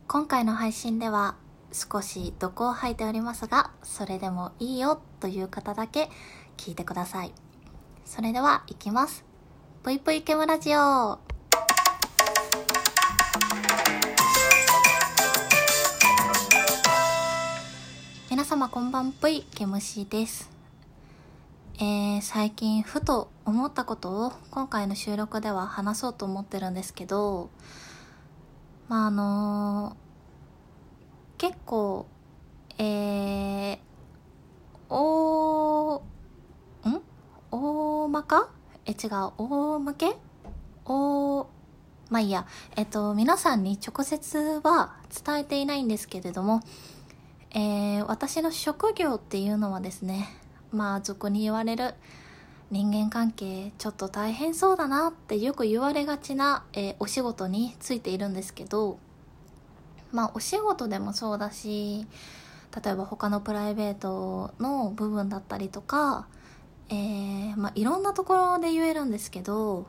今回の配信では少し毒を吐いておりますが、それでもいいよという方だけ聞いてください。それでは行きます。ぷいぷいケムラジオ。皆様こんばんぷい、ケムシです。最近ふと思ったことを今回の収録では話そうと思ってるんですけど、結構大まか違う、大向けまあいいや、皆さんに直接は伝えていないんですけれども、私の職業っていうのはですね、俗に言われる人間関係ちょっと大変そうだなってよく言われがちな、お仕事についているんですけど、お仕事でもそうだし、例えば他のプライベートの部分だったりとか、いろんなところで言えるんですけど、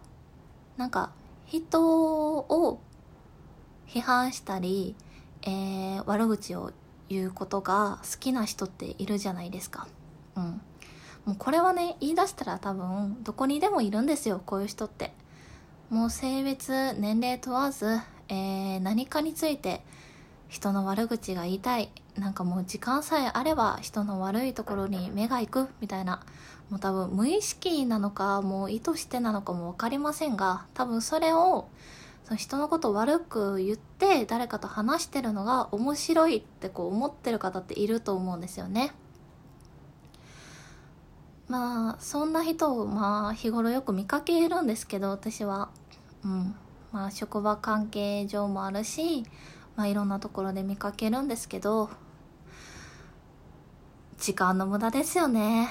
人を批判したり、悪口を言うことが好きな人っているじゃないですか。もうこれはね、言い出したら多分どこにでもいるんですよ、こういう人って。もう性別年齢問わず、何かについて人の悪口が言いたい、もう時間さえあれば人の悪いところに目が行くみたいな、もう多分無意識なのかもう意図してなのかも分かりませんが、多分それをその人のことを悪く言って誰かと話してるのが面白いって思ってる方っていると思うんですよね。そんな人を日頃よく見かけるんですけど、私は職場関係上もあるし、いろんなところで見かけるんですけど、時間の無駄ですよね。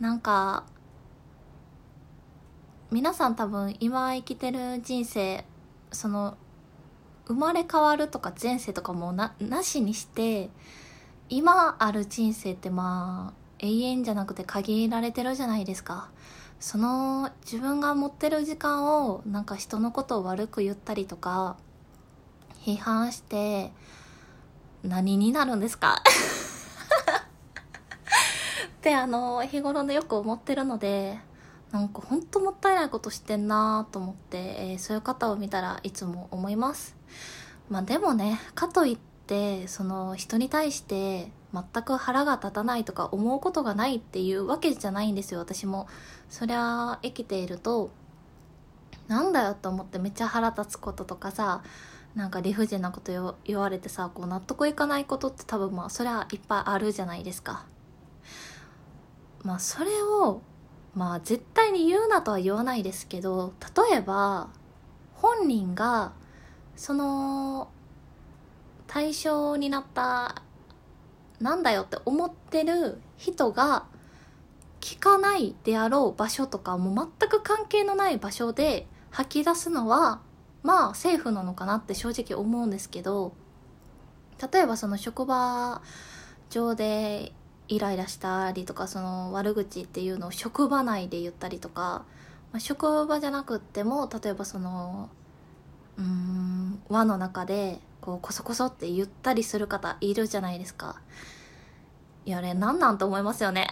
皆さん多分今生きてる人生、その生まれ変わるとか前世とかもなしにして、今ある人生って永遠じゃなくて限られてるじゃないですか。その自分が持ってる時間を人のことを悪く言ったりとか批判して何になるんですかって日頃でよく思ってるので、本当もったいないことしてんなと思って、そういう方を見たらいつも思います。でもね、かといってその人に対して全く腹が立たないとか思うことがないっていうわけじゃないんですよ。私もそりゃ生きているとなんだよと思ってめっちゃ腹立つこととかさ、理不尽なこと言われてさ、納得いかないことって多分そりゃいっぱいあるじゃないですか。それを絶対に言うなとは言わないですけど、例えば本人がその対象になったなんだよって思ってる人が聞かないであろう場所とか、もう全く関係のない場所で吐き出すのはセーフなのかなって正直思うんですけど、例えばその職場上でイライラしたりとか、その悪口っていうのを職場内で言ったりとか、職場じゃなくっても例えばその輪の中でこそこそって言ったりする方いるじゃないですか。いや、あれなんなんと思いますよね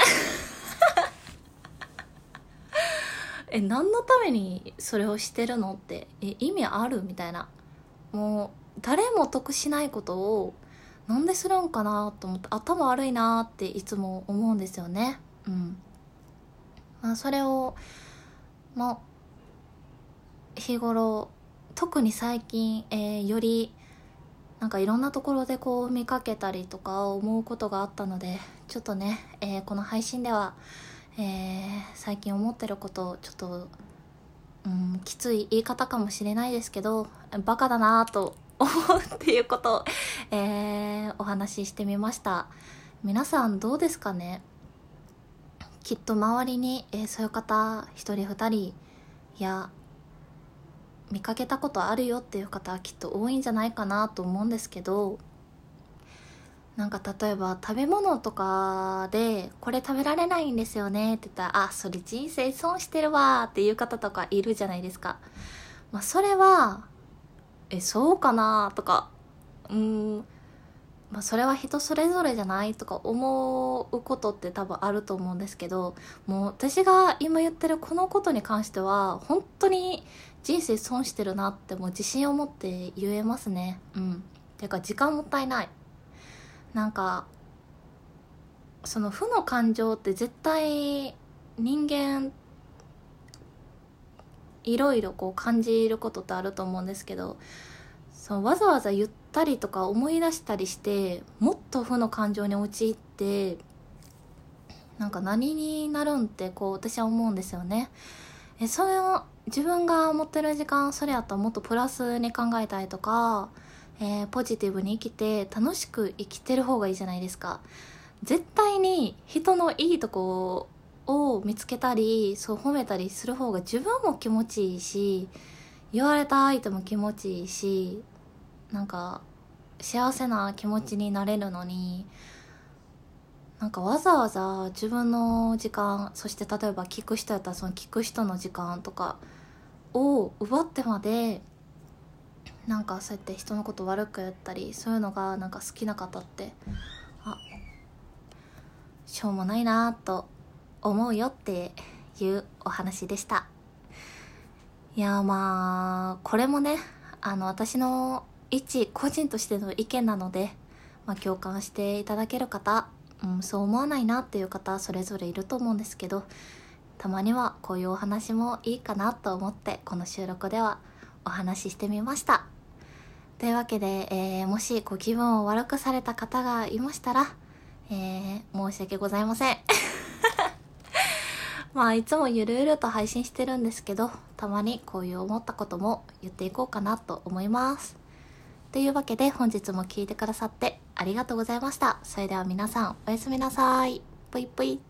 何のためにそれをしてるのって、意味あるみたいな。もう誰も得しないことをなんでするんかなと思って、頭悪いなっていつも思うんですよね。それを日頃、特に最近、よりいろんなところで見かけたりとか思うことがあったので、ちょっとね、この配信では、最近思ってることをちょっときつい言い方かもしれないですけど、バカだなと思うっていうことを、お話ししてみました。皆さんどうですかね。きっと周りに、そういう方一人二人見かけたことあるよっていう方はきっと多いんじゃないかなと思うんですけど、例えば食べ物とかでこれ食べられないんですよねって言ったら、それ人生損してるわっていう方とかいるじゃないですか。それはそうかなとかそれは人それぞれじゃないとか思うことって多分あると思うんですけど、もう私が今言ってるこのことに関しては本当に人生損してるなってもう自信を持って言えますね。てか時間もったいない。なんかその負の感情って絶対人間いろいろこう感じることってあると思うんですけど、そうわざわざ言ったりとか思い出したりしてもっと負の感情に陥ってなんか何になるんってこう私は思うんですよね。それを自分が持ってる時間それやったらもっとプラスに考えたいとか、ポジティブに生きて楽しく生きてる方がいいじゃないですか。絶対に人のいいとこを見つけたりそう褒めたりする方が自分も気持ちいいし、言われた相手も気持ちいいし、なんか幸せな気持ちになれるのに、なんかわざわざ自分の時間、そして例えば聞く人やったらその聞く人の時間とかを奪ってまでなんかそうやって人のこと悪く言ったりそういうのがなんか好きな方って、しょうもないなと思うよっていうお話でした。いやこれもね私の一個人としての意見なので、共感していただける方、そう思わないなっていう方それぞれいると思うんですけど、たまにはこういうお話もいいかなと思ってこの収録ではお話ししてみました。というわけで、もしご気分を悪くされた方がいましたら、申し訳ございませんいつもゆるゆると配信してるんですけど、たまにこういう思ったことも言っていこうかなと思います。というわけで本日も聞いてくださってありがとうございました。それでは皆さんおやすみなさい。ぷいぷい。